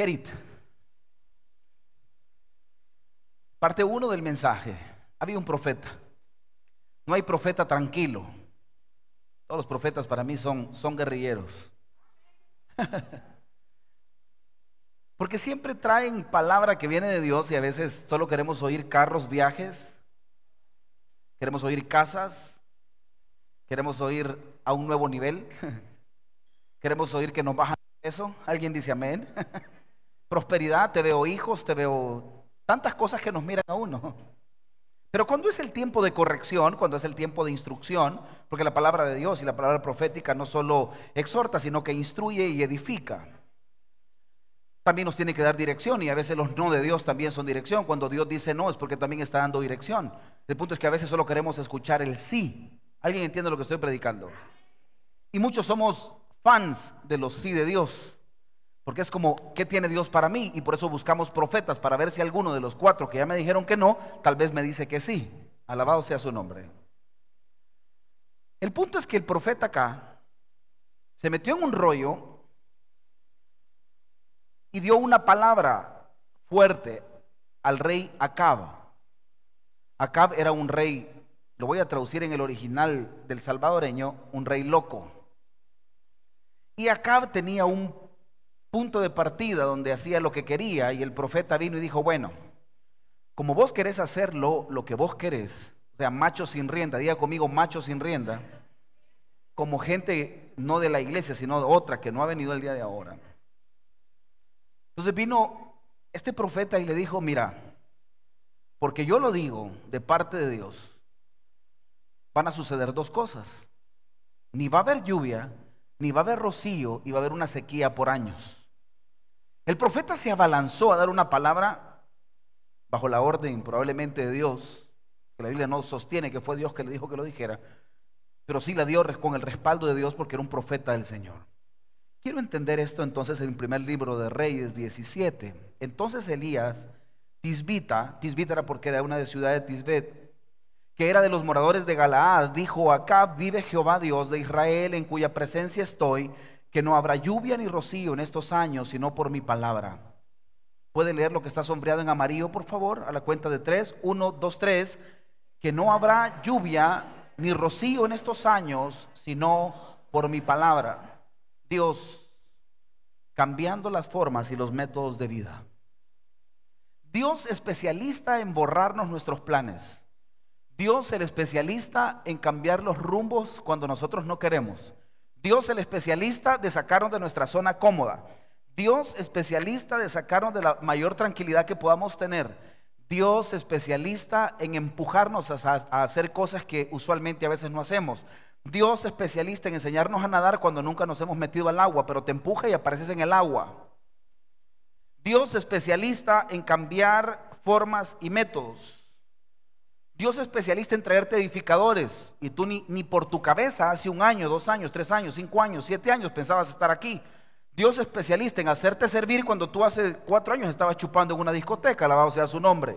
Gerit, parte uno del mensaje. Había un profeta. No hay profeta tranquilo. Todos los profetas para mí son guerrilleros. Porque siempre traen palabra que viene de Dios y a veces solo queremos oír carros, viajes, queremos oír casas, queremos oír a un nuevo nivel, queremos oír que nos bajan eso. ¿Alguien dice amén? Prosperidad, te veo hijos, te veo tantas cosas que nos miran a uno. Pero cuando es el tiempo de corrección, cuando es el tiempo de instrucción, porque la palabra de Dios y la palabra profética no solo exhorta, sino que instruye y edifica. También nos tiene que dar dirección, y a veces los no de Dios también son dirección. Cuando Dios dice no es porque también está dando dirección. El punto es que a veces solo queremos escuchar el sí. ¿Alguien entiende lo que estoy predicando? Y muchos somos fans de los sí de Dios, porque es como, ¿qué tiene Dios para mí? Y por eso buscamos profetas para ver si alguno de los 4 que ya me dijeron que no, tal vez me dice que sí. Alabado sea su nombre. El punto es que el profeta acá se metió en un rollo y dio una palabra fuerte al rey Acab. Acab era un rey, lo voy a traducir en el original del salvadoreño, un rey loco. Y Acab tenía un punto de partida donde hacía lo que quería, y el profeta vino y dijo, bueno, como vos querés hacerlo lo que vos querés, o sea, macho sin rienda, diga conmigo macho sin rienda, como gente no de la iglesia, sino de otra que no ha venido el día de ahora. Entonces vino este profeta y le dijo, mira, porque yo lo digo de parte de Dios, van a suceder 2 cosas. Ni va a haber lluvia, ni va a haber rocío, y va a haber una sequía por años. El profeta se abalanzó a dar una palabra bajo la orden probablemente de Dios, que la Biblia no sostiene que fue Dios que le dijo que lo dijera, pero sí la dio con el respaldo de Dios porque era un profeta del Señor. Quiero entender esto entonces en el primer libro de Reyes 17. Entonces Elías, Tisbita era porque era una de ciudad de Tisbet, que era de los moradores de Galaad, dijo, acá vive Jehová Dios de Israel, en cuya presencia estoy, que no habrá lluvia ni rocío en estos años, sino por mi palabra. ¿Puede leer lo que está sombreado en amarillo, por favor? A la cuenta de 3, 1, 2, 3, que no habrá lluvia ni rocío en estos años, sino por mi palabra. Dios cambiando las formas y los métodos de vida. Dios especialista en borrarnos nuestros planes. Dios el especialista en cambiar los rumbos cuando nosotros no queremos. Dios el especialista de sacarnos de nuestra zona cómoda. Dios especialista de sacarnos de la mayor tranquilidad que podamos tener. Dios especialista en empujarnos a hacer cosas que usualmente a veces no hacemos. Dios especialista en enseñarnos a nadar cuando nunca nos hemos metido al agua, pero te empuja y apareces en el agua. Dios especialista en cambiar formas y métodos. Dios especialista en traerte edificadores, y tú ni por tu cabeza hace 1 año, 2 años, 3 años, 5 años, 7 años pensabas estar aquí. Dios especialista en hacerte servir cuando tú hace 4 años estabas chupando en una discoteca, alabado sea su nombre.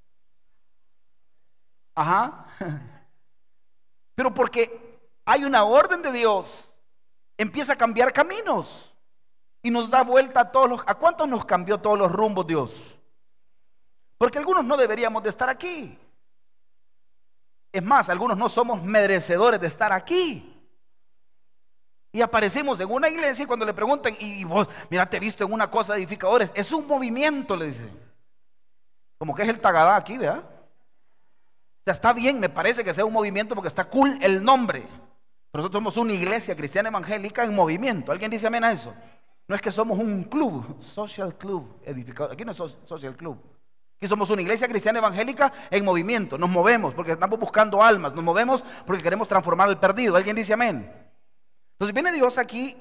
Ajá. Pero porque hay una orden de Dios, empieza a cambiar caminos y nos da vuelta a todos los... ¿A cuántos nos cambió todos los rumbos Dios? Porque algunos no deberíamos de estar aquí. Es más, algunos no somos merecedores de estar aquí. Y aparecemos en una iglesia y cuando le preguntan, y vos, mira, te he visto en una cosa de edificadores, es un movimiento, le dicen. Como que es el Tagadá aquí, ¿verdad? O sea, está bien, me parece que sea un movimiento porque está cool el nombre. Pero nosotros somos una iglesia cristiana evangélica en movimiento. ¿Alguien dice amén a eso? No es que somos un club, social club, edificador. Aquí no es social club. Aquí somos una iglesia cristiana evangélica en movimiento. Nos movemos porque estamos buscando almas. Nos movemos porque queremos transformar al perdido. ¿Alguien dice amén? Entonces viene Dios aquí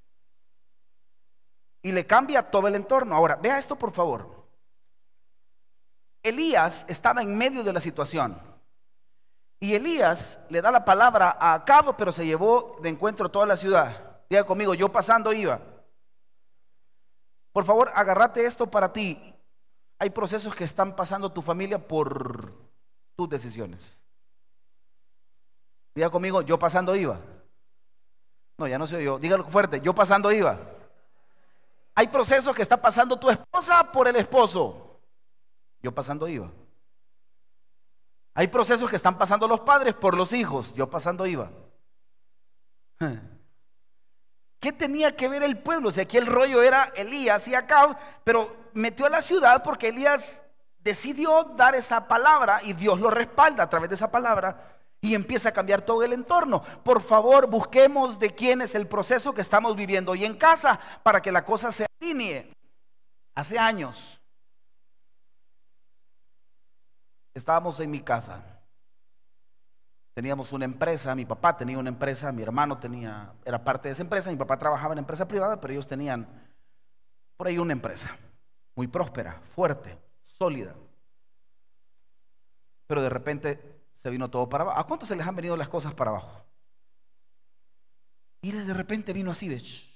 y le cambia todo el entorno. Ahora, vea esto por favor. Elías estaba en medio de la situación. Y Elías le da la palabra a Acab, pero se llevó de encuentro toda la ciudad. Diga conmigo, yo pasando iba. Por favor, agárrate esto para ti. Hay procesos que están pasando tu familia por tus decisiones. Diga conmigo, yo pasando iba. No, ya no soy yo. Dígalo fuerte, yo pasando iba. Hay procesos que está pasando tu esposa por el esposo. Yo pasando iba. Hay procesos que están pasando los padres por los hijos. Yo pasando iba. ¿Qué tenía que ver el pueblo? O sea, aquí el rollo era Elías y Acab, pero metió a la ciudad porque Elías decidió dar esa palabra y Dios lo respalda a través de esa palabra y empieza a cambiar todo el entorno. Por favor, busquemos de quién es el proceso que estamos viviendo hoy en casa para que la cosa se alinee. Hace años estábamos en mi casa. Teníamos una empresa, mi papá tenía una empresa, mi hermano era parte de esa empresa, mi papá trabajaba en empresa privada, pero ellos tenían por ahí una empresa muy próspera, fuerte, sólida. Pero de repente se vino todo para abajo. ¿A cuántos se les han venido las cosas para abajo? Y de repente vino así de... Entonces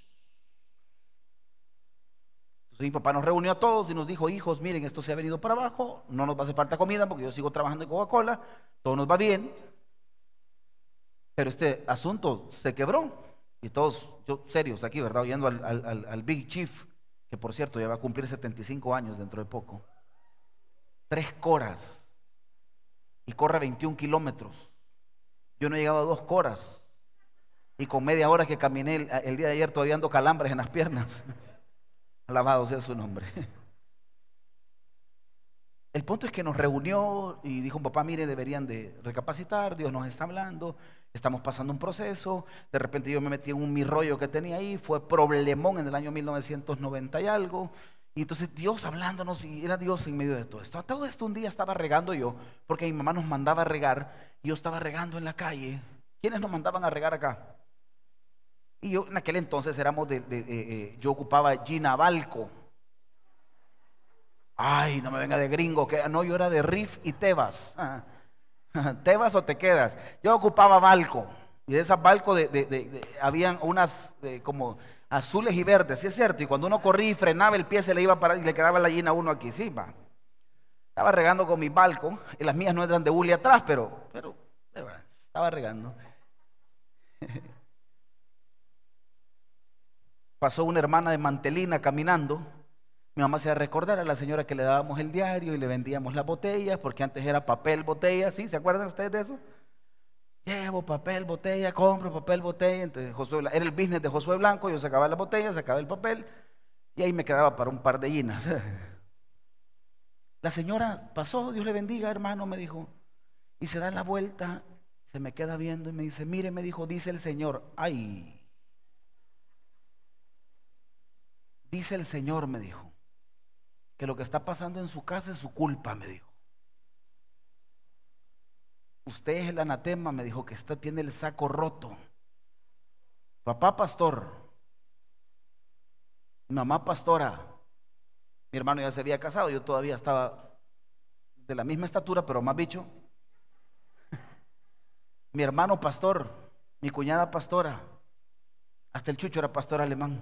mi papá nos reunió a todos y nos dijo: hijos, miren, esto se ha venido para abajo, no nos va a hacer falta comida porque yo sigo trabajando en Coca-Cola, todo nos va bien. Pero este asunto se quebró y todos, yo serios aquí, ¿verdad? Oyendo al Big Chief, que por cierto ya va a cumplir 75 años dentro de poco. 3 coras y corre 21 kilómetros. Yo no he llegado a 2 coras y con media hora que caminé el día de ayer todavía ando calambres en las piernas. Alabado sea su nombre. El punto es que nos reunió y dijo: papá, mire, deberían de recapacitar, Dios nos está hablando, estamos pasando un proceso. De repente yo me metí en mi rollo que tenía ahí, fue problemón en el año 1990 y algo. Y entonces Dios hablándonos, y era Dios en medio de todo esto. A todo esto un día estaba regando yo, porque mi mamá nos mandaba a regar, y yo estaba regando en la calle. ¿Quiénes nos mandaban a regar acá? Y yo en aquel entonces yo ocupaba Gina Balco. Ay, no me venga de gringo, que no, yo era de Riff y Tebas. Tebas o te quedas. Yo ocupaba Balco, y de esas Balco habían unas como azules y verdes, ¿sí es cierto? Y cuando uno corría y frenaba, el pie se le iba a parar y le quedaba la gallina a uno aquí, sí, va. Estaba regando con mi Balco, y las mías no eran de hule atrás, pero estaba regando. Pasó una hermana de Mantelina caminando. Mi mamá se va a recordar a la señora que le dábamos el diario y le vendíamos las botellas, porque antes era papel, botella, ¿sí? ¿Se acuerdan ustedes de eso? Llevo papel, botella, compro papel, botella. Entonces era el business de Josué Blanco. Yo sacaba la botella, sacaba el papel y ahí me quedaba para un par de llenas. La señora pasó, Dios le bendiga, hermano, me dijo, y se da la vuelta, se me queda viendo y me dice: mire, me dijo, dice el Señor, ay, dice el Señor, me dijo, que lo que está pasando en su casa es su culpa, me dijo. Usted es el anatema, me dijo, que tiene el saco roto. Papá pastor, mamá pastora, mi hermano ya se había casado, yo todavía estaba de la misma estatura, pero más bicho. Mi hermano pastor, mi cuñada pastora, hasta el Chucho era pastor alemán.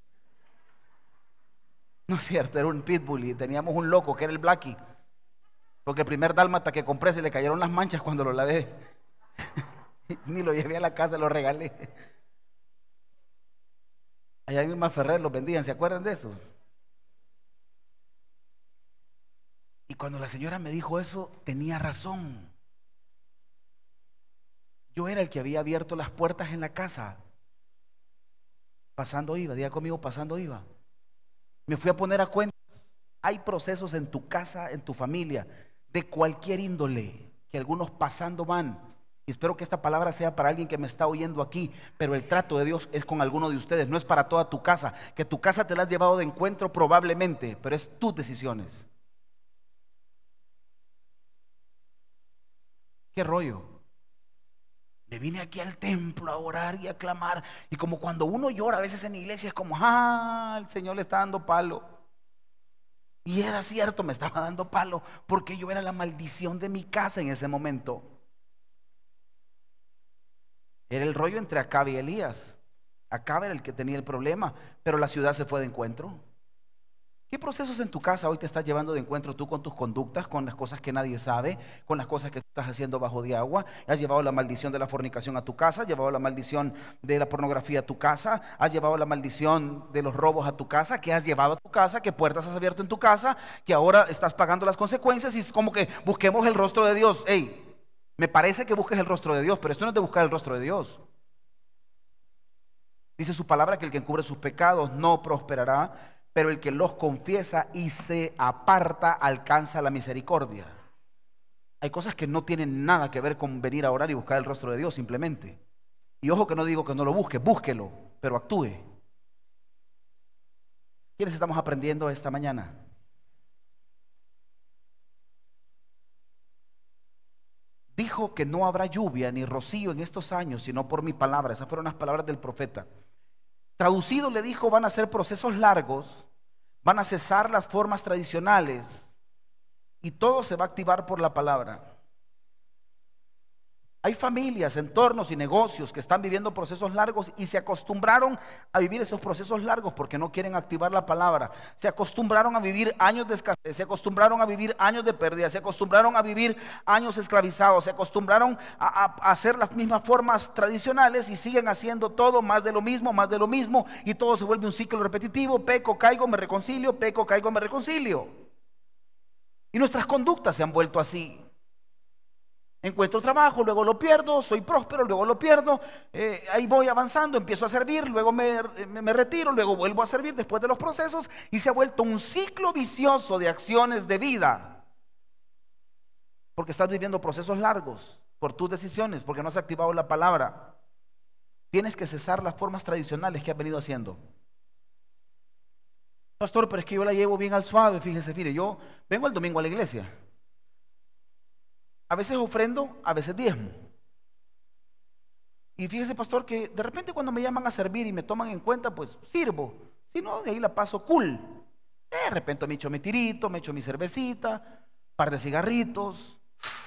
No es cierto, era un pitbull y teníamos un loco que era el Blackie, porque el primer dálmata que compré se le cayeron las manchas cuando lo lavé. Ni lo llevé a la casa, lo regalé. Allá en Irma Ferrer los vendían, ¿se acuerdan de eso? Y cuando la señora me dijo eso, tenía razón. Yo era el que había abierto las puertas en la casa. Pasando iba, diga conmigo, pasando iba. Me fui a poner a cuenta. Hay procesos en tu casa, en tu familia, de cualquier índole, que algunos pasando van. Y espero que esta palabra sea para alguien que me está oyendo aquí, pero el trato de Dios es con alguno de ustedes, no es para toda tu casa. Que tu casa te la has llevado de encuentro probablemente, pero es tus decisiones. ¿Qué rollo? Me vine aquí al templo a orar y a clamar, y como cuando uno llora a veces en la iglesia es como: el Señor le está dando palo. Y era cierto, me estaba dando palo, porque yo era la maldición de mi casa en ese momento. Era el rollo entre Acab y Elías. Acab era el que tenía el problema, pero la ciudad se fue de encuentro. ¿Qué procesos en tu casa hoy te estás llevando de encuentro tú con tus conductas, con las cosas que nadie sabe, con las cosas que estás haciendo bajo de agua? ¿Has llevado la maldición de la fornicación a tu casa? ¿Has llevado la maldición de la pornografía a tu casa? ¿Has llevado la maldición de los robos a tu casa? ¿Qué has llevado a tu casa? ¿Qué puertas has abierto en tu casa? Que ahora estás pagando las consecuencias y es como que busquemos el rostro de Dios. Hey, me parece que busques el rostro de Dios, pero esto no es de buscar el rostro de Dios. Dice su palabra que el que encubre sus pecados no prosperará, pero el que los confiesa y se aparta alcanza la misericordia. Hay cosas que no tienen nada que ver con venir a orar y buscar el rostro de Dios simplemente. Y ojo que no digo que no lo busque, búsquelo, pero actúe. ¿Quiénes estamos aprendiendo esta mañana? Dijo que no habrá lluvia ni rocío en estos años, sino por mi palabra. Esas fueron las palabras del profeta. Traducido le dijo, van a ser procesos largos, van a cesar las formas tradicionales y todo se va a activar por la palabra. Hay familias, entornos y negocios que están viviendo procesos largos y se acostumbraron a vivir esos procesos largos porque no quieren activar la palabra. Se acostumbraron a vivir años de escasez, se acostumbraron a vivir años de pérdida, se acostumbraron a vivir años esclavizados, se acostumbraron a hacer las mismas formas tradicionales y siguen haciendo todo más de lo mismo y todo se vuelve un ciclo repetitivo. Peco, caigo, me reconcilio, peco, caigo, me reconcilio. Y nuestras conductas se han vuelto así. Encuentro trabajo, luego lo pierdo, soy próspero, luego lo pierdo, ahí voy avanzando, empiezo a servir, luego me retiro, luego vuelvo a servir después de los procesos y se ha vuelto un ciclo vicioso de acciones de vida. Porque estás viviendo procesos largos por tus decisiones, porque no has activado la palabra. Tienes que cesar las formas tradicionales que has venido haciendo. Pastor, pero es que yo la llevo bien al suave, fíjese, mire, yo vengo el domingo a la iglesia. A veces ofrendo, a veces diezmo. Y fíjese, pastor, que de repente cuando me llaman a servir y me toman en cuenta, pues sirvo. Si no, de ahí la paso cool. De repente me echo mi tirito, me echo mi cervecita, un par de cigarritos.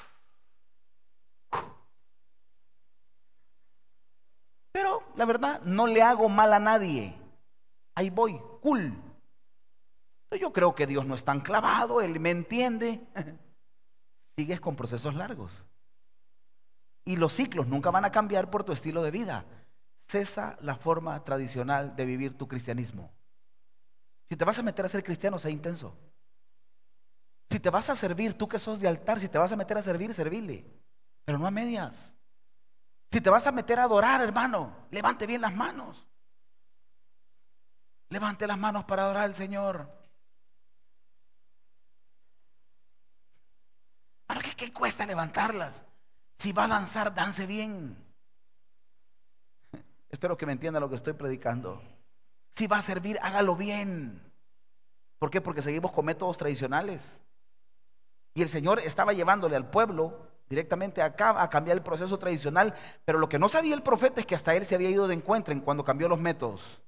Pero la verdad, no le hago mal a nadie. Ahí voy, cool. Yo creo que Dios no es tan clavado, Él me entiende. Sigues con procesos largos. Y los ciclos nunca van a cambiar por tu estilo de vida. Cesa la forma tradicional de vivir tu cristianismo. Si te vas a meter a ser cristiano, sé intenso. Si te vas a servir, tú que sos de altar, si te vas a meter a servir, servirle. Pero no a medias. Si te vas a meter a adorar, hermano, levante bien las manos. Levante las manos para adorar al Señor. ¿Para qué cuesta levantarlas? Si va a danzar, dance bien. Espero que me entienda lo que estoy predicando. Si va a servir, hágalo bien. ¿Por qué? Porque seguimos con métodos tradicionales. Y el Señor estaba llevándole al pueblo directamente acá a cambiar el proceso tradicional. Pero lo que no sabía el profeta es que hasta él se había ido de encuentro cuando cambió los métodos.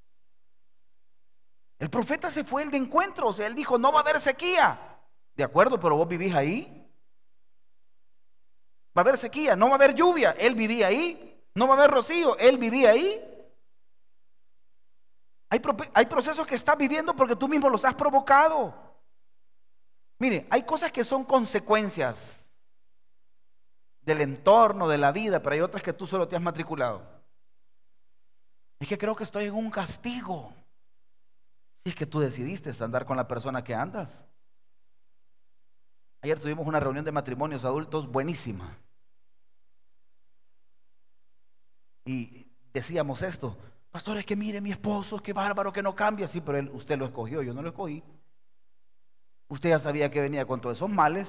El profeta se fue el de encuentro. O sea, él dijo, no va a haber sequía. De acuerdo, pero vos vivís ahí. Va a haber sequía, no va a haber lluvia, él vivía ahí. No va a haber rocío, él vivía ahí. Hay procesos que estás viviendo porque tú mismo los has provocado. Mire, hay cosas que son consecuencias del entorno, de la vida, pero hay otras que tú solo te has matriculado. Es que creo que estoy en un castigo. Si es que tú decidiste andar con la persona que andas. Ayer tuvimos una reunión de matrimonios adultos buenísima. Y decíamos esto, pastor, es que mire mi esposo, qué bárbaro que no cambia. Sí, pero usted lo escogió, yo no lo escogí. Usted ya sabía que venía con todos esos males.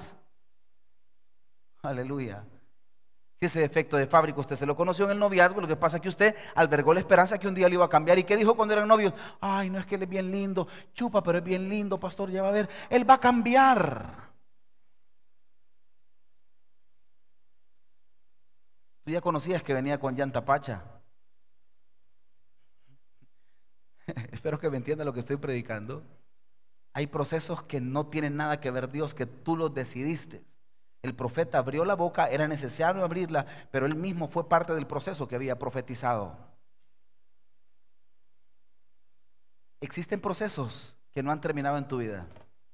Aleluya. Si ese defecto de fábrica usted se lo conoció en el noviazgo, lo que pasa es que usted albergó la esperanza que un día le iba a cambiar. ¿Y qué dijo cuando eran novios? Ay, no, es que él es bien lindo. Chupa, pero es bien lindo, pastor, ya va a ver. Él va a cambiar. Tú ya conocías que venía con llanta pacha. Espero que me entienda lo que estoy predicando. Hay procesos que no tienen nada que ver Dios, que tú los decidiste. El profeta abrió la boca, era necesario abrirla, pero él mismo fue parte del proceso que había profetizado. Existen procesos que no han terminado en tu vida.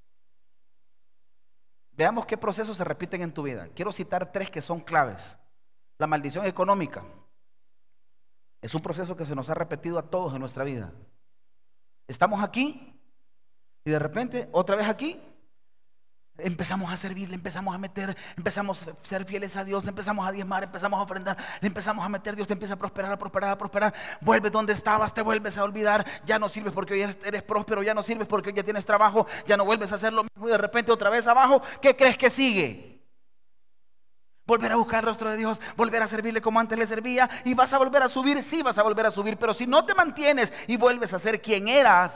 Veamos qué procesos se repiten en tu vida. Quiero citar 3 que son claves. La maldición económica es un proceso que se nos ha repetido a todos en nuestra vida. Estamos aquí y de repente, otra vez aquí, empezamos a servir, le empezamos a meter, empezamos a ser fieles a Dios, le empezamos a diezmar, empezamos a ofrendar, le empezamos a meter, Dios te empieza a prosperar, a prosperar, a prosperar. Vuelves donde estabas, te vuelves a olvidar, ya no sirves porque hoy eres próspero, ya no sirves porque hoy ya tienes trabajo, ya no vuelves a hacer lo mismo y de repente otra vez abajo. ¿Qué crees que sigue? Volver a buscar el rostro de Dios, volver a servirle como antes le servía, y vas a volver a subir. Sí, vas a volver a subir, pero si no te mantienes y vuelves a ser quien eras,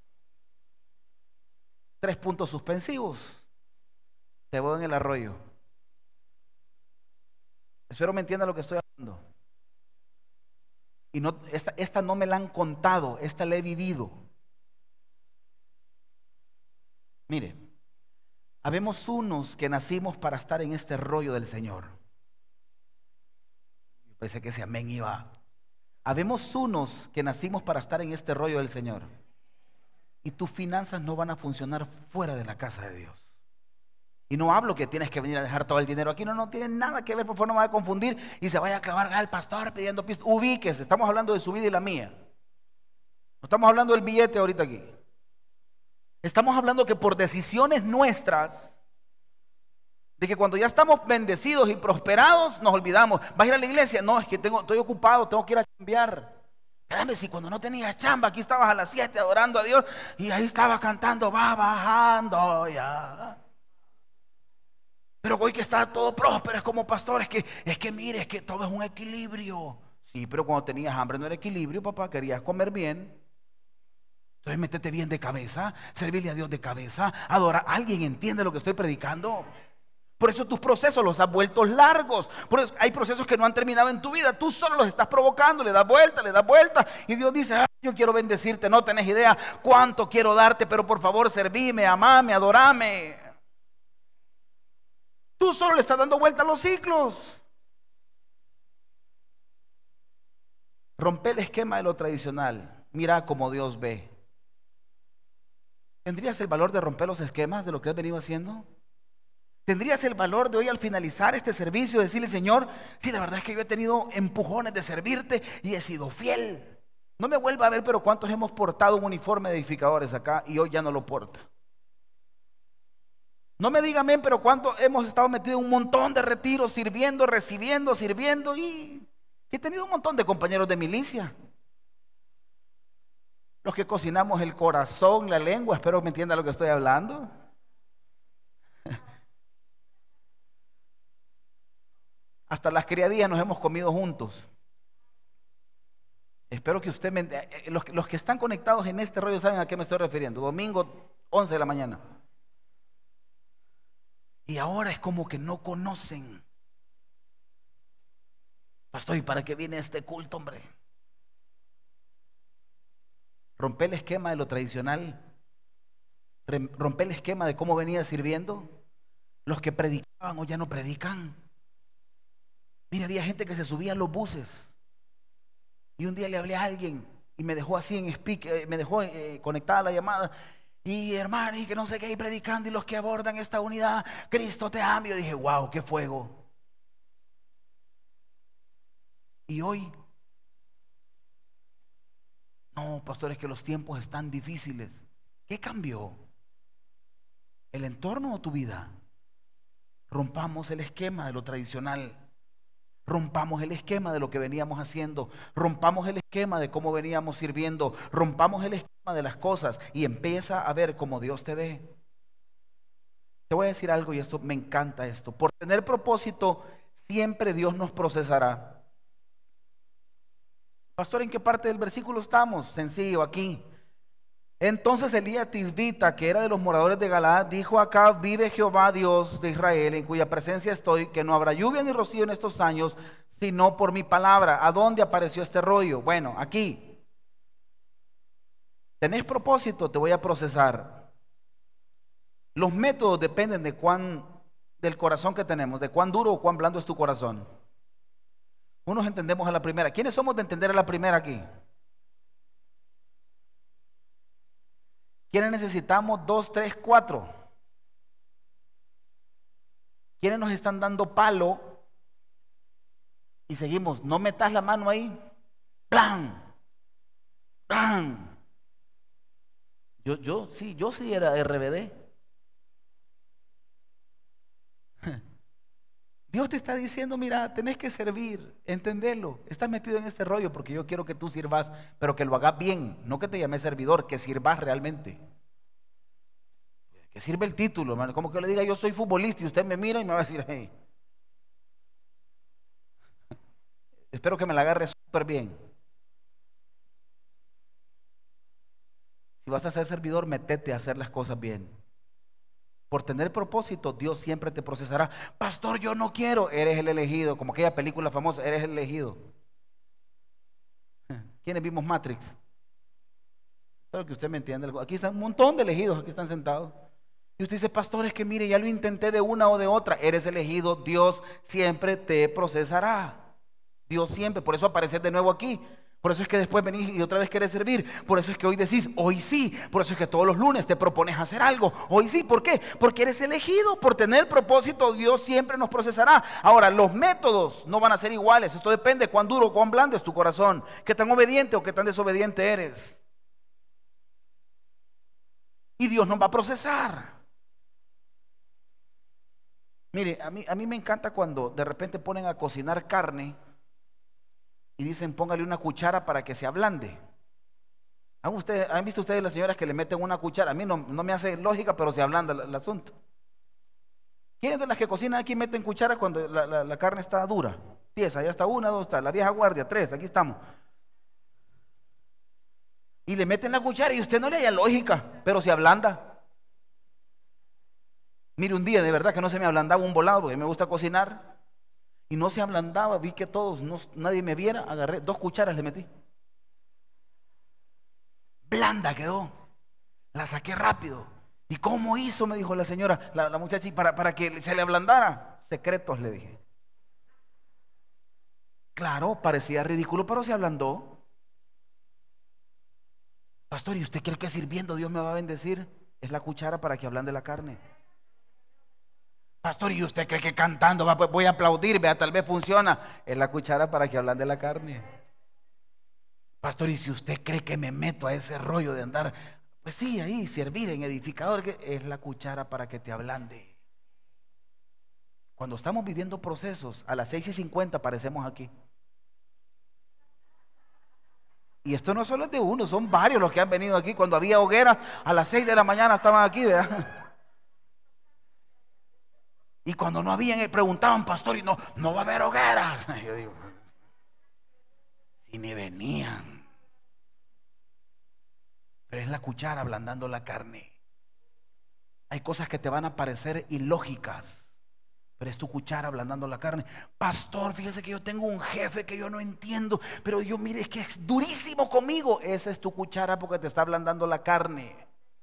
3 puntos suspensivos. Te voy en el arroyo. Espero me entienda lo que estoy hablando. Y no, esta no me la han contado, esta la he vivido. Mire, habemos unos que nacimos para estar en este rollo del Señor. Yo pensé que ese amén iba. Habemos unos que nacimos para estar en este rollo del Señor. Y tus finanzas no van a funcionar fuera de la casa de Dios. Y no hablo que tienes que venir a dejar todo el dinero aquí, no tiene nada que ver, por favor no me vaya a confundir y se vaya a clavar al pastor pidiendo pisto. Ubíquese, estamos hablando de su vida y la mía. No estamos hablando del billete ahorita aquí. Estamos hablando que por decisiones nuestras, de que cuando ya estamos bendecidos y prosperados, nos olvidamos. ¿Vas a ir a la iglesia? No, es que estoy ocupado, tengo que ir a chambear. Espérame, si cuando no tenías chamba, aquí estabas a las 7 adorando a Dios y ahí estabas cantando, va bajando ya. Pero hoy que está todo próspero, es como pastor, es que mire, es que todo es un equilibrio. Sí, pero cuando tenías hambre no era equilibrio, papá, querías comer bien. Entonces métete bien de cabeza, servirle a Dios de cabeza, adorar. ¿Alguien entiende lo que estoy predicando? Por eso tus procesos los has vuelto largos. Por eso hay procesos que no han terminado en tu vida. Tú solo los estás provocando, le das vuelta. Y Dios dice, yo quiero bendecirte, no tenés idea cuánto quiero darte, pero por favor servime, amame, adorame. Tú solo le estás dando vuelta a los ciclos. Rompe el esquema de lo tradicional. Mira cómo Dios ve. ¿Tendrías el valor de romper los esquemas de lo que has venido haciendo? ¿Tendrías el valor de hoy al finalizar este servicio decirle, Señor, sí, la verdad es que yo he tenido empujones de servirte y he sido fiel? No me vuelva a ver, pero ¿cuántos hemos portado un uniforme de edificadores acá y hoy ya no lo porta? No me diga amén, pero ¿cuánto hemos estado metidos en un montón de retiros, sirviendo, recibiendo, sirviendo? Y he tenido un montón de compañeros de milicia. Los que cocinamos el corazón, la lengua, espero me entienda lo que estoy hablando. Hasta las criadillas nos hemos comido juntos. Espero que usted, los que están conectados en este rollo saben a qué me estoy refiriendo. Domingo, 11 de la mañana. Y ahora es como que no conocen. Pastor, ¿y para qué viene este culto, hombre? Rompe el esquema de lo tradicional. Rompe el esquema de cómo venía sirviendo. Los que predicaban o ya no predican. Mira, había gente que se subía a los buses. Y un día le hablé a alguien y me dejó así en speak, me dejó conectada la llamada. Y hermano, y que no sé qué, y predicando, y los que abordan esta unidad, Cristo te ama. Yo dije, wow, qué fuego. Y hoy, no, pastor, es que los tiempos están difíciles. ¿Qué cambió? ¿El entorno o tu vida? Rompamos el esquema de lo tradicional. Rompamos el esquema de lo que veníamos haciendo. Rompamos el esquema de cómo veníamos sirviendo. Rompamos el esquema de las cosas y empieza a ver cómo Dios te ve. Te voy a decir algo y esto me encanta esto. Por tener propósito, siempre Dios nos procesará. Pastor, ¿en qué parte del versículo estamos? Sencillo, aquí. Entonces Elías Tisbita, que era de los moradores de Galaad, dijo a Acab, vive Jehová Dios de Israel, en cuya presencia estoy, que no habrá lluvia ni rocío en estos años, sino por mi palabra. ¿A dónde apareció este rollo? Bueno, aquí. ¿Tenés propósito? Te voy a procesar. Los métodos dependen del corazón que tenemos, de cuán duro o cuán blando es tu corazón. Unos entendemos a la primera. ¿Quiénes somos de entender a la primera aquí? ¿Quiénes necesitamos? 2, 3, 4. ¿Quiénes nos están dando palo? Y seguimos, no metas la mano ahí. ¡Plan! ¡Plan! Yo sí era RBD. Dios te está diciendo, mira, tenés que servir, entenderlo. Estás metido en este rollo porque yo quiero que tú sirvas, pero que lo hagas bien, no que te llames servidor, que sirvas realmente. Que sirve el título, hermano. Como que le diga, yo soy futbolista y usted me mira y me va a decir, hey. Espero que me la agarre súper bien. Si vas a ser servidor, metete a hacer las cosas bien. Por tener propósito, Dios siempre te procesará. Pastor, yo no quiero. Eres el elegido. Como aquella película famosa, eres el elegido. ¿Quiénes vimos Matrix? Espero que usted me entienda. Aquí están un montón de elegidos, aquí están sentados. Y usted dice, pastor, es que mire, ya lo intenté de una o de otra. Eres elegido, Dios siempre te procesará. Dios siempre, por eso apareces de nuevo aquí. Por eso es que después venís y otra vez querés servir. Por eso es que hoy decís, hoy sí. Por eso es que todos los lunes te propones hacer algo. Hoy sí, ¿por qué? Porque eres elegido. Por tener propósito, Dios siempre nos procesará. Ahora, los métodos no van a ser iguales. Esto depende de cuán duro o cuán blando es tu corazón. Qué tan obediente o qué tan desobediente eres. Y Dios nos va a procesar. Mire, a mí me encanta cuando de repente ponen a cocinar carne y dicen póngale una cuchara para que se ablande. ¿Han visto ustedes las señoras que le meten una cuchara? A mí no me hace lógica, pero se ablanda el asunto. ¿Quiénes de las que cocinan aquí meten cuchara cuando la carne está dura? Tiesa, ya está 1, 2, está la vieja guardia, 3, aquí estamos. Y le meten la cuchara y usted no le haya lógica, pero se ablanda. Mire, un día de verdad que no se me ablandaba un volado porque me gusta cocinar. Y no se ablandaba, vi que todos, nadie me viera, agarré 2 cucharas, le metí. Blanda quedó. La saqué rápido. ¿Y cómo hizo? Me dijo la señora, la muchacha, para que se le ablandara. Secretos, le dije. Claro, parecía ridículo, pero se ablandó. Pastor, ¿y usted cree que sirviendo Dios me va a bendecir? Es la cuchara para que ablande la carne. Pastor, ¿y usted cree que cantando pues voy a aplaudir? Vea, tal vez funciona. Es la cuchara para que ablande la carne. Pastor, ¿y si usted cree que me meto a ese rollo de andar? Pues sí, ahí, servir en edificador, que es la cuchara para que te ablande. Cuando estamos viviendo procesos, a las 6:50 aparecemos aquí. Y esto no solo es de uno, son varios los que han venido aquí. Cuando había hogueras, a las 6 de la mañana estaban aquí, ¿verdad? Y cuando no habían, preguntaban, pastor, y no va a haber hogueras. Yo digo, si ni venían. Pero es la cuchara ablandando la carne. Hay cosas que te van a parecer ilógicas, pero es tu cuchara ablandando la carne. Pastor, fíjese que yo tengo un jefe que yo no entiendo, pero yo mire, es que es durísimo conmigo. Esa es tu cuchara porque te está ablandando la carne.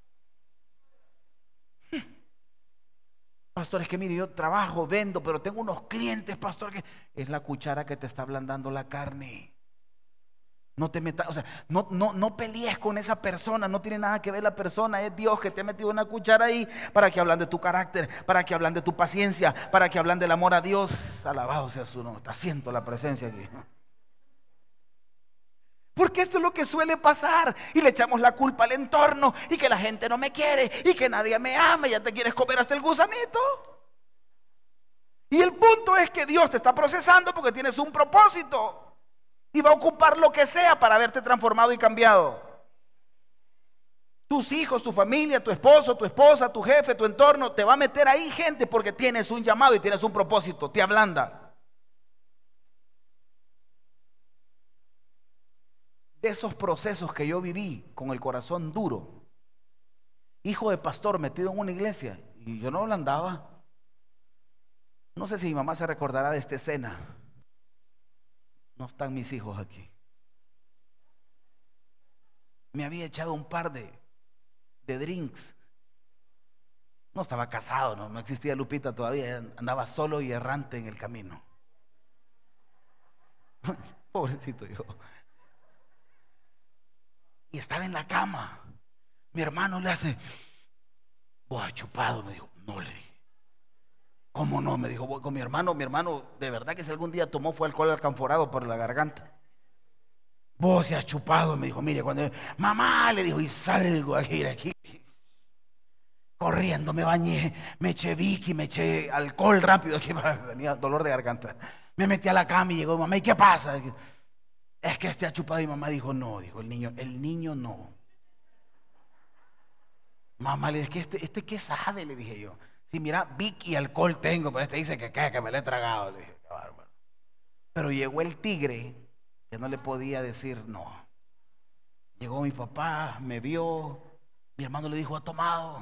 Pastor, es que mire, yo trabajo, vendo, pero tengo unos clientes, pastor, que es la cuchara que te está ablandando la carne. No te metas, o sea, no pelees con esa persona, no tiene nada que ver la persona, es Dios que te ha metido una cuchara ahí para que hablan de tu carácter, para que hablan de tu paciencia, para que hablan del amor a Dios. Alabado sea su nombre, siento la presencia aquí. Porque esto es lo que suele pasar y le echamos la culpa al entorno y que la gente no me quiere y que nadie me ama y ya te quieres comer hasta el gusanito. Y el punto es que Dios te está procesando porque tienes un propósito. Y va a ocupar lo que sea para verte transformado y cambiado. Tus hijos, tu familia, tu esposo, tu esposa, tu jefe, tu entorno, te va a meter ahí gente porque tienes un llamado y tienes un propósito, te ablanda. De esos procesos que yo viví con el corazón duro, hijo de pastor metido en una iglesia, y yo no ablandaba. No sé si mi mamá se recordará de esta escena. No están mis hijos aquí. Me había echado un par de drinks. No estaba casado, no existía Lupita todavía. Andaba solo y errante en el camino. Pobrecito yo. Y estaba en la cama. Mi hermano le hace, vos has chupado, me dijo. No, le dije. ¿Cómo no? Me dijo, voy con mi hermano de verdad que si algún día tomó fue alcohol alcanforado por la garganta. Vos se has chupado, me dijo. Mire, cuando mamá, le dijo, y salgo aquí corriendo, me bañé, me eché Vicky, me eché alcohol rápido, aquí tenía dolor de garganta. Me metí a la cama y llegó mamá, ¿y qué pasa? Es que ha chupado. Y mamá dijo, no, dijo el niño no. Mamá le dije, ¿este qué sabe? Le dije yo. Sí, mira, Vic y alcohol tengo, pero dice que me lo he tragado. Le dije, qué bárbaro. Pero llegó el tigre que no le podía decir no. Llegó mi papá, me vio, mi hermano le dijo, ¿ha tomado?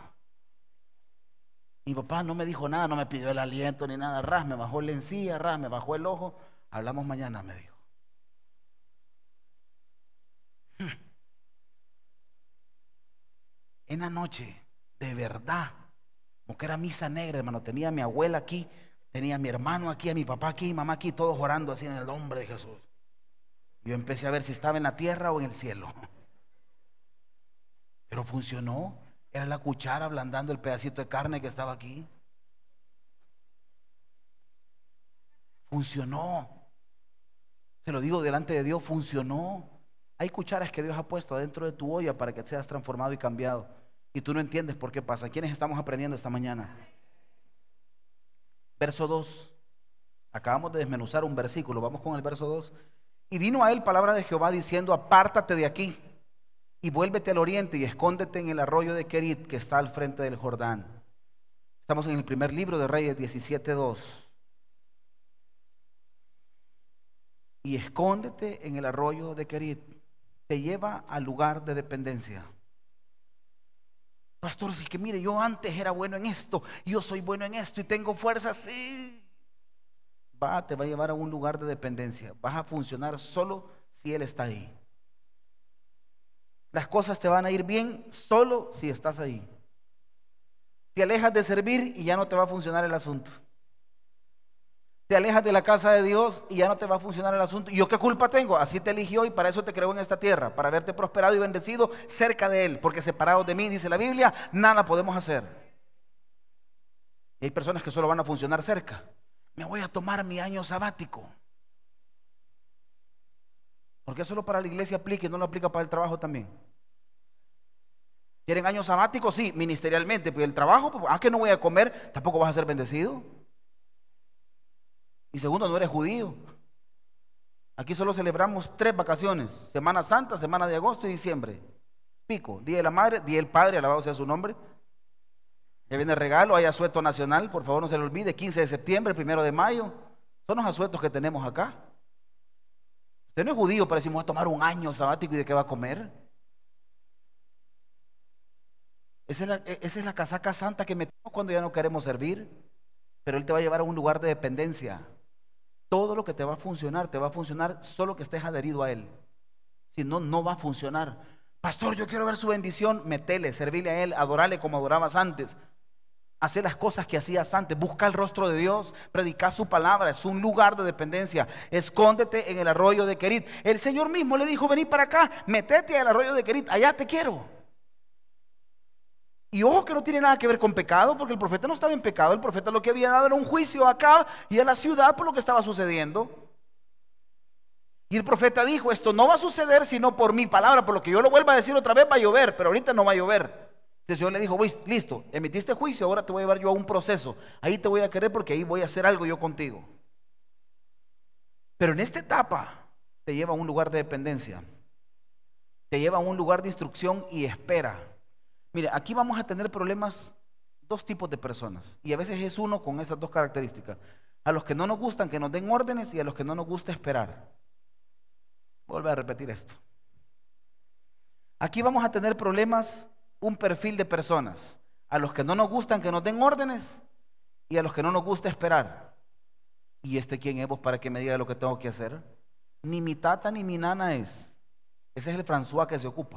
Mi papá no me dijo nada, no me pidió el aliento ni nada. Ras, me bajó la encía, ras, me bajó el ojo. Hablamos mañana, me dijo. En la noche, de verdad, como que era misa negra, hermano, tenía a mi abuela aquí, tenía a mi hermano aquí, a mi papá aquí, mi mamá aquí, todos orando así en el nombre de Jesús. Yo empecé a ver si estaba en la tierra o en el cielo. Pero funcionó. Era la cuchara ablandando el pedacito de carne que estaba aquí. Funcionó. Se lo digo delante de Dios, funcionó. Hay cucharas que Dios ha puesto adentro de tu olla para que seas transformado y cambiado. Y tú no entiendes por qué pasa. ¿Quiénes estamos aprendiendo esta mañana? Verso 2. Acabamos de desmenuzar un versículo. Vamos con el verso 2. Y vino a él palabra de Jehová diciendo, apártate de aquí y vuélvete al oriente y escóndete en el arroyo de Querit que está al frente del Jordán. Estamos en el primer libro de Reyes 17:2. Y escóndete en el arroyo de Querit. Te lleva al lugar de dependencia. Pastor, es que mire, yo antes era bueno en esto, yo soy bueno en esto y tengo fuerza, sí. Te va a llevar a un lugar de dependencia. Vas a funcionar solo si Él está ahí. Las cosas te van a ir bien solo si estás ahí. Te alejas de servir y ya no te va a funcionar el asunto. Te alejas de la casa de Dios y ya no te va a funcionar el asunto. ¿Y yo qué culpa tengo? Así te eligió y para eso te creó en esta tierra, para verte prosperado y bendecido cerca de Él, porque separados de mí, dice la Biblia, nada podemos hacer. Y hay personas que solo van a funcionar cerca. Me voy a tomar mi año sabático. Porque solo para la iglesia aplica y no lo aplica para el trabajo también. ¿Quieren año sabático? Sí, ministerialmente. Pues el trabajo, pues, que no voy a comer, tampoco vas a ser bendecido. Y segundo, no eres judío. Aquí solo celebramos 3 vacaciones: Semana Santa, Semana de Agosto y Diciembre. Pico, Día de la Madre, Día del Padre, alabado sea su nombre. Ya viene el regalo, hay asueto nacional, por favor no se le olvide, 15 de septiembre, 1 de mayo. Son los asuetos que tenemos acá. Usted no es judío, pero decimos, voy a tomar un año sabático y ¿de qué va a comer? Esa es la casaca santa que metemos cuando ya no queremos servir. Pero Él te va a llevar a un lugar de dependencia. Todo lo que te va a funcionar solo que estés adherido a Él. Si no, no va a funcionar. Pastor, yo quiero ver su bendición. Metele, servirle a Él, adorarle como adorabas antes. Hacer las cosas que hacías antes. Busca el rostro de Dios, predicar su palabra. Es un lugar de dependencia. Escóndete en el arroyo de Querit. El Señor mismo le dijo, vení para acá, metete al arroyo de Querit, allá te quiero. Y ojo que no tiene nada que ver con pecado, porque el profeta no estaba en pecado. El profeta lo que había dado era un juicio acá y a la ciudad por lo que estaba sucediendo. Y el profeta dijo, esto no va a suceder sino por mi palabra, por lo que yo lo vuelva a decir otra vez va a llover, pero ahorita no va a llover. Entonces el Señor le dijo, listo, emitiste juicio, ahora te voy a llevar yo a un proceso. Ahí te voy a querer porque ahí voy a hacer algo yo contigo. Pero en esta etapa te lleva a un lugar de dependencia. Te lleva a un lugar de instrucción y espera. Mire, aquí vamos a tener problemas, 2 tipos de personas. Y a veces es uno con esas 2 características. A los que no nos gustan que nos den órdenes y a los que no nos gusta esperar. Vuelvo a repetir esto. Aquí vamos a tener problemas, un perfil de personas. A los que no nos gustan que nos den órdenes y a los que no nos gusta esperar. ¿Y quién es vos para que me diga lo que tengo que hacer? Ni mi tata ni mi nana es. Ese es el François que se ocupa.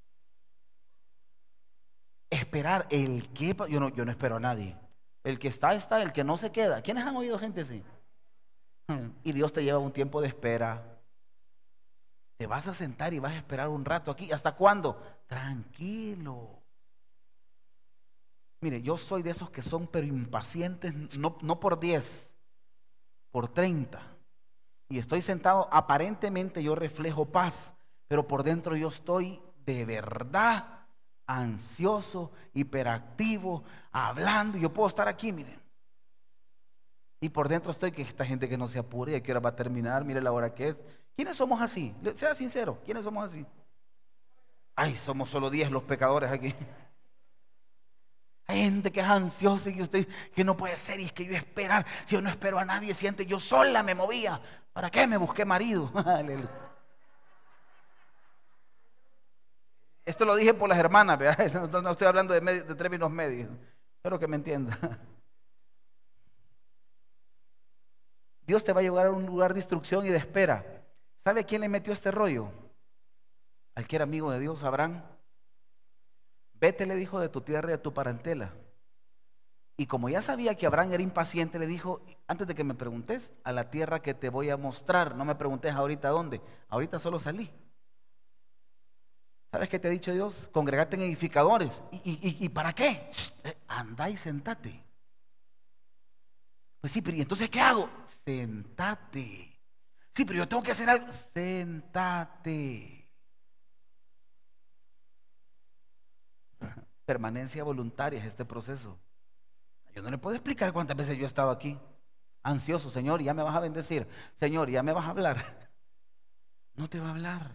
Esperar, yo no espero a nadie. El que está, el que no se queda. ¿Quiénes han oído gente así? Y Dios te lleva un tiempo de espera. Te vas a sentar y vas a esperar un rato aquí. ¿Hasta cuándo? Tranquilo. Mire, yo soy de esos que son pero impacientes, no por 10, por 30. Y estoy sentado, aparentemente yo reflejo paz, pero por dentro yo estoy de verdad ansioso, hiperactivo, hablando. Yo puedo estar aquí, miren. Y por dentro estoy que esta gente que no se apure, ¿a qué hora va a terminar? Mire la hora que es. ¿Quiénes somos así? Sea sincero, ¿quiénes somos así? Ay, somos solo 10 los pecadores aquí. Hay gente que es ansiosa y que usted que no puede ser, y es que yo esperar, si yo no espero a nadie, siente yo sola me movía. ¿Para qué me busqué marido? Esto lo dije por las hermanas, ¿verdad? No estoy hablando de términos medios. Espero que me entienda. Dios te va a llevar a un lugar de instrucción y de espera. ¿Sabe quién le metió este rollo? Al que era amigo de Dios, Abraham. Vete, le dijo, de tu tierra y de tu parentela. Y como ya sabía que Abraham era impaciente, le dijo, antes de que me preguntes, a la tierra que te voy a mostrar. No me preguntes ahorita dónde. Ahorita solo salí. ¿Sabes qué te ha dicho Dios? Congregate en edificadores. ¿Y para qué? Andá y sentate. Pues sí, pero ¿y entonces qué hago? Sentate. Sí, pero yo tengo que hacer algo. Sentate. Permanencia voluntaria es este proceso. Yo no le puedo explicar cuántas veces yo he estado aquí ansioso. Señor, ya me vas a bendecir. Señor, ya me vas a hablar. No te va a hablar.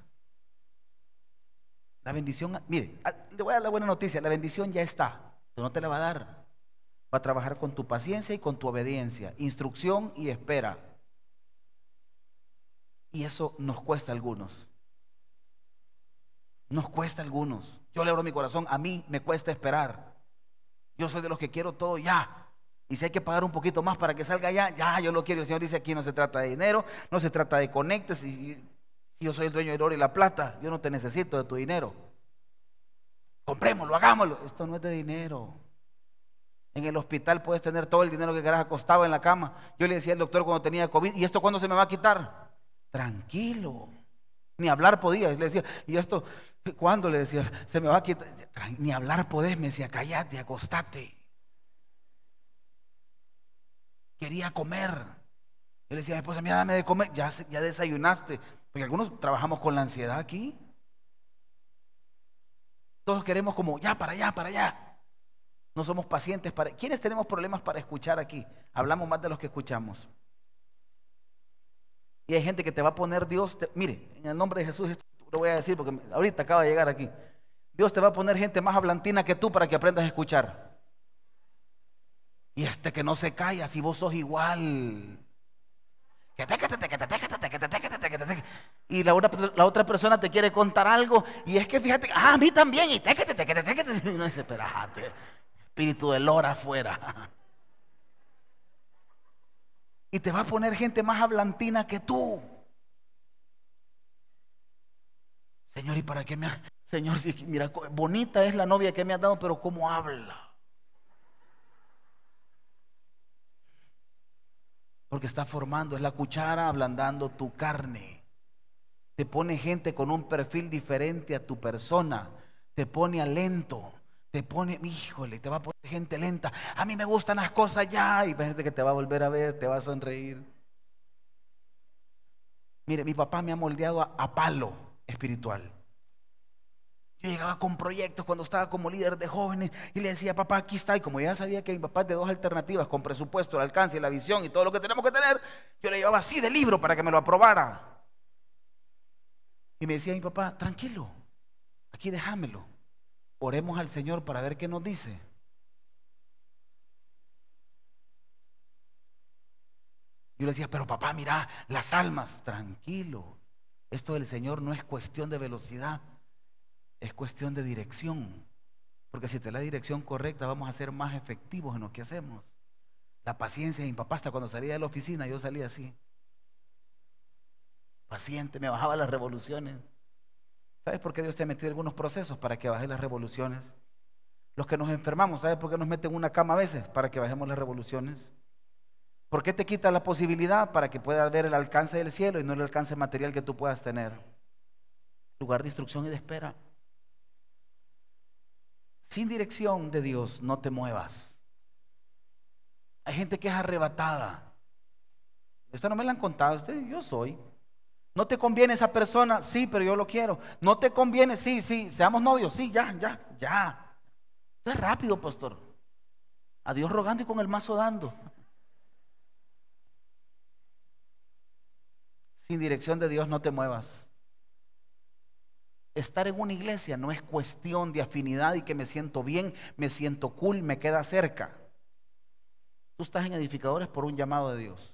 La bendición, mire, le voy a dar la buena noticia. La bendición ya está, pero no te la va a dar. Va a trabajar con tu paciencia y con tu obediencia, instrucción y espera. Y eso nos cuesta a algunos. Nos cuesta a algunos. Yo le abro mi corazón, a mí me cuesta esperar. Yo soy de los que quiero todo ya. Y si hay que pagar un poquito más para que salga ya yo lo quiero. El Señor dice, aquí no se trata de dinero, no se trata de conectes. Si yo soy el dueño del oro y la plata, yo no te necesito de tu dinero. Comprémoslo, hagámoslo. Esto no es de dinero. En el hospital puedes tener todo el dinero que quieras acostado en la cama. Yo le decía al doctor cuando tenía COVID, ¿y esto cuándo se me va a quitar? Tranquilo. Ni hablar podía. Le decía, ¿y esto cuándo? Le decía, se me va a quitar. Ni hablar podés. Me decía, cállate, acostate. Quería comer. Yo le decía a mi esposa, mira, dame de comer. Ya desayunaste. Porque algunos trabajamos con la ansiedad aquí. Todos queremos como ya, para allá, para allá. No somos pacientes para... ¿Quiénes tenemos problemas para escuchar aquí? Hablamos más de los que escuchamos. Y hay gente que te va a poner Dios, mire, en el nombre de Jesús, esto lo voy a decir porque ahorita acaba de llegar aquí. Dios te va a poner gente más hablantina que tú para que aprendas a escuchar. Y este que no se calla, si vos sos igual. Y la otra persona te quiere contar algo. Y es que fíjate, a mí también. Y no dice, espérate, espíritu del Lord afuera. Y te va a poner gente más hablantina que tú. Señor, ¿y para qué me ha... Señor, mira, bonita es la novia que me has dado, pero ¿cómo habla? Porque está formando, es la cuchara ablandando tu carne. Te pone gente con un perfil diferente a tu persona. Te pone a lento. Te pone, híjole, te va a poner gente lenta. A mí me gustan las cosas ya. Y hay gente que te va a volver a ver, te va a sonreír. Mire, mi papá me ha moldeado a palo espiritual. Yo llegaba con proyectos cuando estaba como líder de jóvenes y le decía, papá, aquí está. Y como ya sabía que mi papá es de 2 alternativas, con presupuesto, el alcance, la visión y todo lo que tenemos que tener, yo le llevaba así de libro para que me lo aprobara. Y me decía mi papá, tranquilo, aquí déjamelo. Oremos al Señor para ver qué nos dice. Yo le decía, pero papá, mira, las almas, tranquilo. Esto del Señor no es cuestión de velocidad, es cuestión de dirección. Porque si te da la dirección correcta, vamos a ser más efectivos en lo que hacemos. La paciencia de mi papá, hasta cuando salía de la oficina, yo salía así. Paciente, me bajaba las revoluciones. ¿Sabes por qué Dios te ha metido en algunos procesos? Para que bajes las revoluciones. Los que nos enfermamos, ¿sabes por qué nos meten en una cama a veces? Para que bajemos las revoluciones. ¿Por qué te quita la posibilidad? Para que puedas ver el alcance del cielo y no el alcance material que tú puedas tener. Lugar de instrucción y de espera. Sin dirección de Dios no te muevas. Hay gente que es arrebatada. Esta no me la han contado usted, yo soy. ¿No te conviene esa persona? Sí, pero yo lo quiero. ¿No te conviene? Sí, seamos novios. Sí, ya. Esto es rápido, pastor. A Dios rogando y con el mazo dando. Sin dirección de Dios no te muevas. Estar en una iglesia no es cuestión de afinidad y que me siento bien, me siento cool, me queda cerca. Tú estás en edificadores por un llamado de Dios.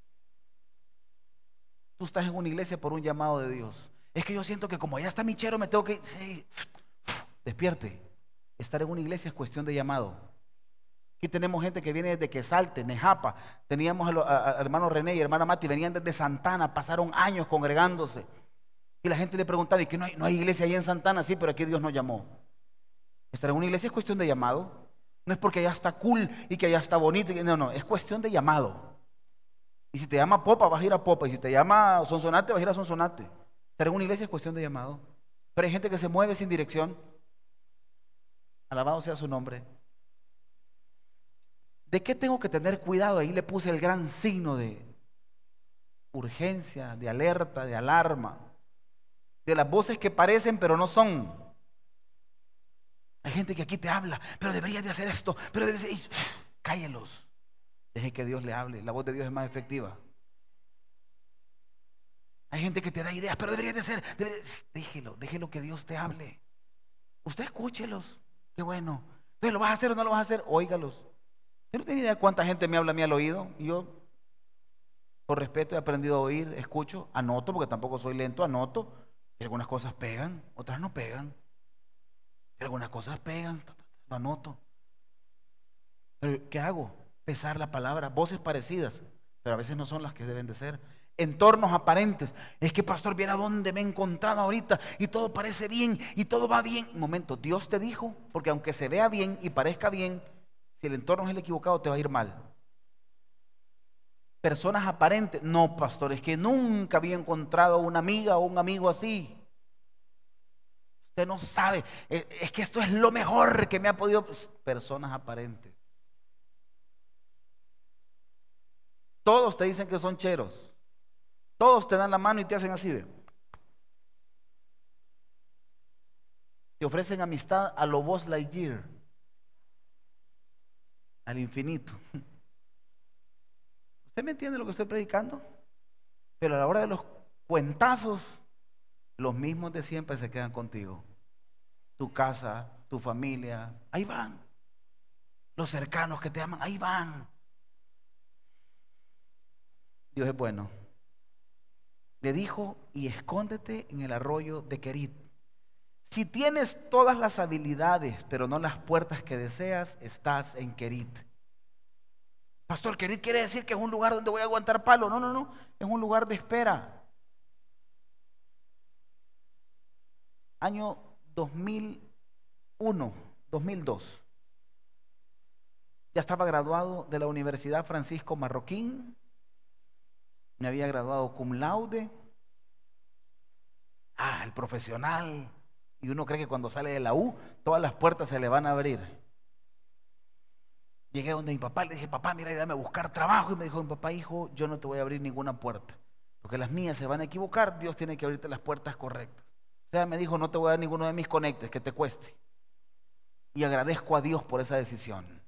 Tú estás en una iglesia por un llamado de Dios. Es que yo siento que como allá está mi chero me tengo que... Sí. Despierte. Estar en una iglesia es cuestión de llamado. Aquí tenemos gente que viene desde Quesalte, Nejapa. Teníamos a hermano René y hermana Mati, venían desde Santana, pasaron años congregándose. Y la gente le preguntaba, ¿y que no hay iglesia ahí en Santana? Sí, pero aquí Dios nos llamó. Estar en una iglesia es cuestión de llamado. No es porque allá está cool y que allá está bonito. No, es cuestión de llamado. Y si te llama Popa, vas a ir a Popa. Y si te llama Sonsonate, vas a ir a Sonsonate. Estar en una iglesia es cuestión de llamado. Pero hay gente que se mueve sin dirección. Alabado sea su nombre. ¿De qué tengo que tener cuidado? Ahí le puse el gran signo de urgencia, de alerta, de alarma. De las voces que parecen pero no son. Hay gente que aquí te habla, pero deberías de hacer esto, pero cállelos. Deje que Dios le hable, la voz de Dios es más efectiva. Hay gente que te da ideas, pero deberías de hacer, déjelo que Dios te hable. Usted escúchelos, qué bueno. Entonces, ¿lo vas a hacer o no lo vas a hacer? Óigalos. Usted no tiene idea cuánta gente me habla a mí al oído, y yo, por respeto, he aprendido a oír, escucho, anoto, porque tampoco soy lento, anoto. Y algunas cosas pegan, otras no pegan. Y algunas cosas pegan, lo anoto. Pero ¿qué hago? Pesar la palabra, voces parecidas, pero a veces no son las que deben de ser. Entornos aparentes. Es que pastor, viera dónde me he encontrado ahorita y todo parece bien y todo va bien. Un momento, Dios te dijo, porque aunque se vea bien y parezca bien, si el entorno es el equivocado te va a ir mal. Personas aparentes, no pastor, es que nunca había encontrado una amiga o un amigo así. Usted no sabe, es que esto es lo mejor que me ha podido. Personas aparentes. Todos te dicen que son cheros. Todos te dan la mano y te hacen así, ¿ve? Te ofrecen amistad a lo Buzz Lightyear, al infinito. ¿Usted me entiende lo que estoy predicando? Pero a la hora de los cuentazos, los mismos de siempre se quedan contigo. Tu casa, tu familia, ahí van. Los cercanos que te aman, ahí van. Dios es bueno. Le dijo, y escóndete en el arroyo de Querit. Si tienes todas las habilidades, pero no las puertas que deseas, estás en Querit. Pastor, Querit quiere decir que es un lugar donde voy a aguantar palo. No, es un lugar de espera. Año 2001, 2002. Ya estaba graduado de la Universidad Francisco Marroquín. Me había graduado cum laude. El profesional. Y uno cree que cuando sale de la U, todas las puertas se le van a abrir. Llegué donde mi papá, le dije, papá, mira, dame a buscar trabajo. Y me dijo, mi papá, hijo, yo no te voy a abrir ninguna puerta. Porque las mías se van a equivocar, Dios tiene que abrirte las puertas correctas. O sea, me dijo, no te voy a dar ninguno de mis conectes, que te cueste. Y agradezco a Dios por esa decisión.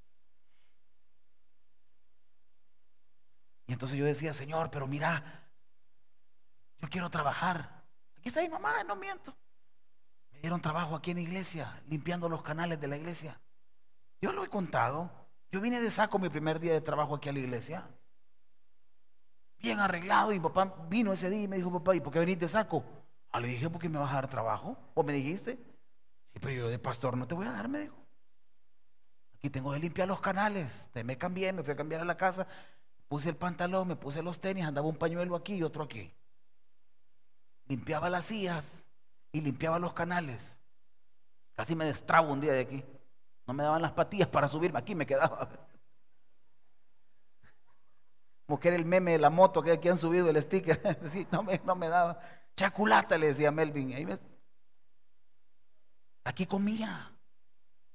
Y entonces yo decía, Señor, pero mira, yo quiero trabajar. Aquí está mi mamá, no miento. Me dieron trabajo aquí en la iglesia, limpiando los canales de la iglesia. Yo lo he contado. Yo vine de saco mi primer día de trabajo aquí a la iglesia. Bien arreglado. Y mi papá vino ese día y me dijo, papá, ¿y por qué venís de saco? Le dije, ¿por qué me vas a dar trabajo? ¿O me dijiste? Sí, pero yo de pastor no te voy a dar, me dijo. Aquí tengo que limpiar los canales. Me cambié, me fui a cambiar a la casa. Puse el pantalón, me puse los tenis, andaba un pañuelo aquí y otro aquí. Limpiaba las sillas y limpiaba los canales. Casi me destrabo un día de aquí. No me daban las patillas para subirme, aquí me quedaba. Como que era el meme de la moto que aquí han subido el sticker. Sí, no me daba. Chaculata, le decía Melvin. Aquí comía.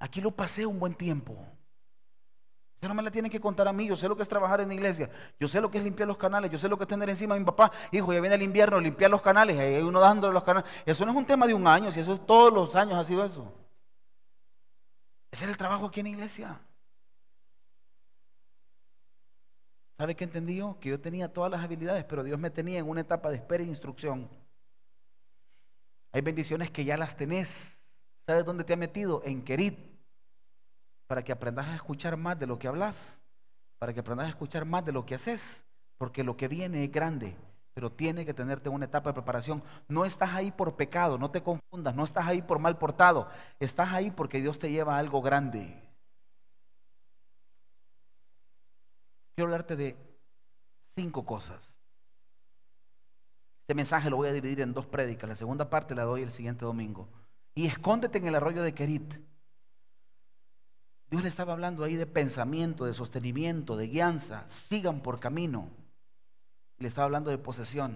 Aquí lo pasé un buen tiempo. Usted no me la tiene que contar a mí. Yo sé lo que es trabajar en la iglesia. Yo sé lo que es limpiar los canales. Yo sé lo que es tener encima a mi papá. Hijo, ya viene el invierno, limpiar los canales. Ahí hay uno dándole los canales. Eso no es un tema de un año, si eso es todos los años ha sido eso. Ese era el trabajo aquí en la iglesia. ¿Sabe qué entendí yo? Que yo tenía todas las habilidades, pero Dios me tenía en una etapa de espera e instrucción. Hay bendiciones que ya las tenés. ¿Sabes dónde te ha metido? En Querit. Para que aprendas a escuchar más de lo que hablas. Para que aprendas a escuchar más de lo que haces. Porque lo que viene es grande, pero tiene que tenerte en una etapa de preparación. No estás ahí por pecado, no te confundas. No estás ahí por mal portado. Estás ahí porque Dios te lleva a algo grande. Quiero hablarte de 5 cosas. Este mensaje lo voy a dividir en 2 prédicas. La segunda parte la doy el siguiente domingo. Y escóndete en el arroyo de Querit. Dios le estaba hablando ahí de pensamiento, de sostenimiento, de guianza. Sigan por camino. Le estaba hablando de posesión.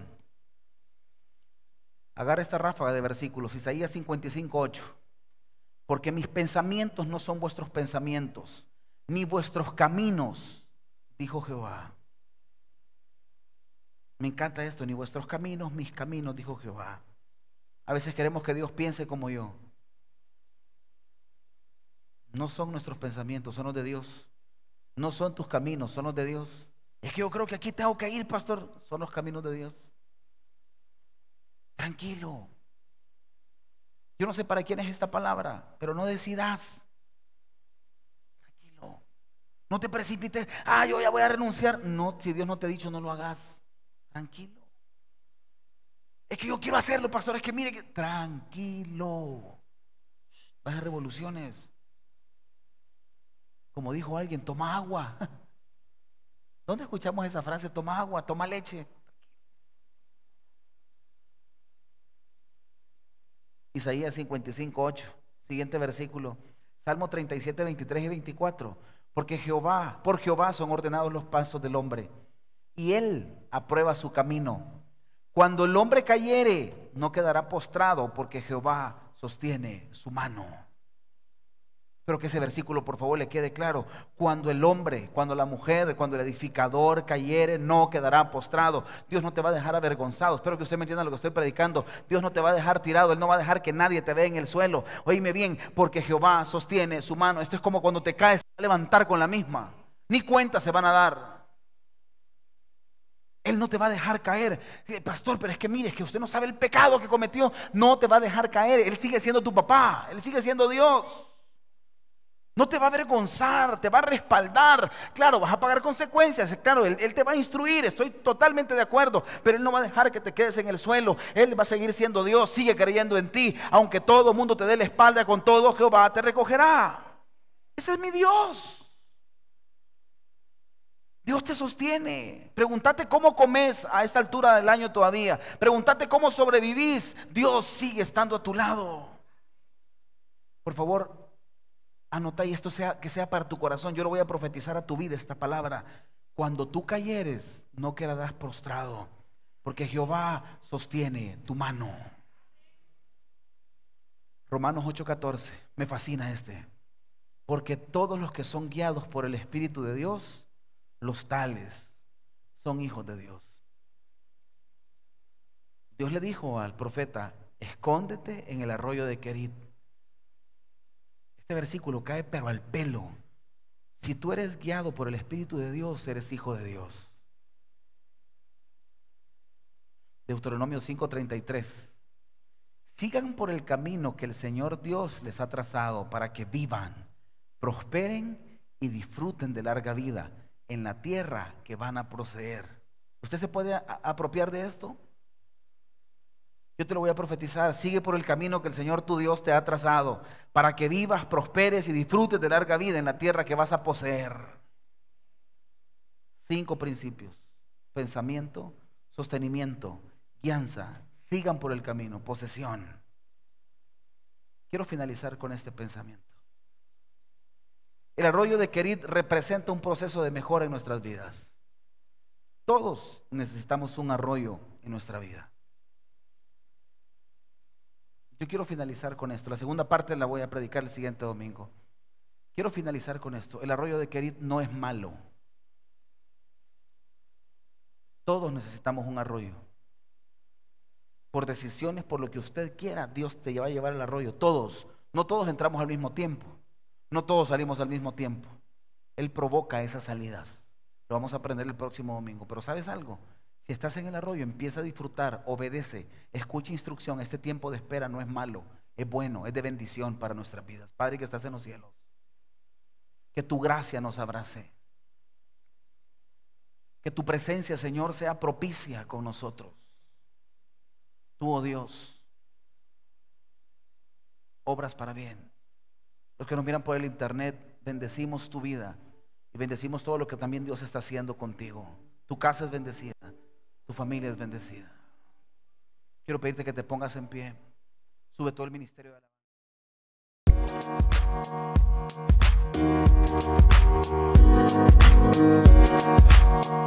Agarra esta ráfaga de versículos. Isaías 55:8. Porque mis pensamientos no son vuestros pensamientos, ni vuestros caminos, dijo Jehová. Me encanta esto, ni vuestros caminos, mis caminos, dijo Jehová. A veces queremos que Dios piense como yo. No son nuestros pensamientos, son los de Dios. No son tus caminos, son los de Dios. Es que yo creo que aquí tengo que ir, pastor. Son los caminos de Dios. Tranquilo. Yo no sé para quién es esta palabra, pero no decidas. Tranquilo. No te precipites. Yo ya voy a renunciar. No, si Dios no te ha dicho, no lo hagas. Tranquilo. Es que yo quiero hacerlo, pastor. Es que mire que... Tranquilo. Baja revoluciones. Como dijo alguien, toma agua. ¿Dónde escuchamos esa frase? Toma agua, toma leche. Isaías 55:8, siguiente versículo. Salmo 37, 23 y 24. Por Jehová son ordenados los pasos del hombre, y él aprueba su camino. Cuando el hombre cayere, no quedará postrado, porque Jehová sostiene su mano. Espero que ese versículo por favor le quede claro. Cuando el hombre, cuando la mujer, cuando el edificador cayere, no quedará postrado. Dios no te va a dejar avergonzado. Espero que usted me entienda lo que estoy predicando. Dios no te va a dejar tirado. Él no va a dejar que nadie te vea en el suelo. Óyeme bien, porque Jehová sostiene su mano. Esto es como cuando te caes, te va a levantar con la misma. Ni cuenta se van a dar. Él no te va a dejar caer. Pastor, pero es que mire, es que usted no sabe el pecado que cometió. No te va a dejar caer. Él sigue siendo tu papá. Él sigue siendo Dios. No te va a avergonzar, te va a respaldar. Claro, vas a pagar consecuencias. Claro, él te va a instruir, estoy totalmente de acuerdo. Pero Él no va a dejar que te quedes en el suelo. Él va a seguir siendo Dios, sigue creyendo en ti. Aunque todo el mundo te dé la espalda, con todo Jehová te recogerá. Ese es mi Dios. Dios te sostiene. Pregúntate cómo comes a esta altura del año todavía. Pregúntate cómo sobrevivís. Dios sigue estando a tu lado. Por favor, anota y esto que sea para tu corazón. Yo lo voy a profetizar a tu vida esta palabra. Cuando tú cayeres, no quedarás prostrado, porque Jehová sostiene tu mano. Romanos 8:14. Me fascina este. Porque todos los que son guiados por el Espíritu de Dios, los tales son hijos de Dios. Dios le dijo al profeta: escóndete en el arroyo de Querit. Este versículo cae pero al pelo. Si tú eres guiado por el Espíritu de Dios, eres hijo de Dios. Deuteronomio 5:33. Sigan por el camino que el Señor Dios les ha trazado para que vivan, prosperen y disfruten de larga vida en la tierra que van a poseer. ¿Usted se puede apropiar de esto? Yo te lo voy a profetizar. Sigue por el camino que el Señor tu Dios te ha trazado para que vivas, prosperes y disfrutes de larga vida en la tierra que vas a poseer. 5 principios: pensamiento, sostenimiento, guianza, sigan por el camino, posesión. Quiero finalizar con este pensamiento. El arroyo de Querit representa un proceso de mejora en nuestras vidas. Todos necesitamos un arroyo en nuestra vida. Yo quiero finalizar con esto. La segunda parte la voy a predicar el siguiente domingo. Quiero finalizar con esto. El arroyo de Kerit no es malo. Todos necesitamos un arroyo. Por decisiones, por lo que usted quiera, Dios te va a llevar al arroyo. Todos. No todos entramos al mismo tiempo. No todos salimos al mismo tiempo. Él provoca esas salidas. Lo vamos a aprender el próximo domingo. Pero ¿sabes algo? Si estás en el arroyo, empieza a disfrutar, obedece, escucha instrucción. Este tiempo de espera no es malo, es bueno, es de bendición para nuestras vidas. Padre que estás en los cielos, que tu gracia nos abrace. Que tu presencia, Señor, sea propicia con nosotros. Tú, oh Dios, obras para bien. Los que nos miran por el internet, bendecimos tu vida y bendecimos todo lo que también Dios está haciendo contigo. Tu casa es bendecida, tu familia es bendecida. Quiero pedirte que te pongas en pie. Sube todo el ministerio de alabanza.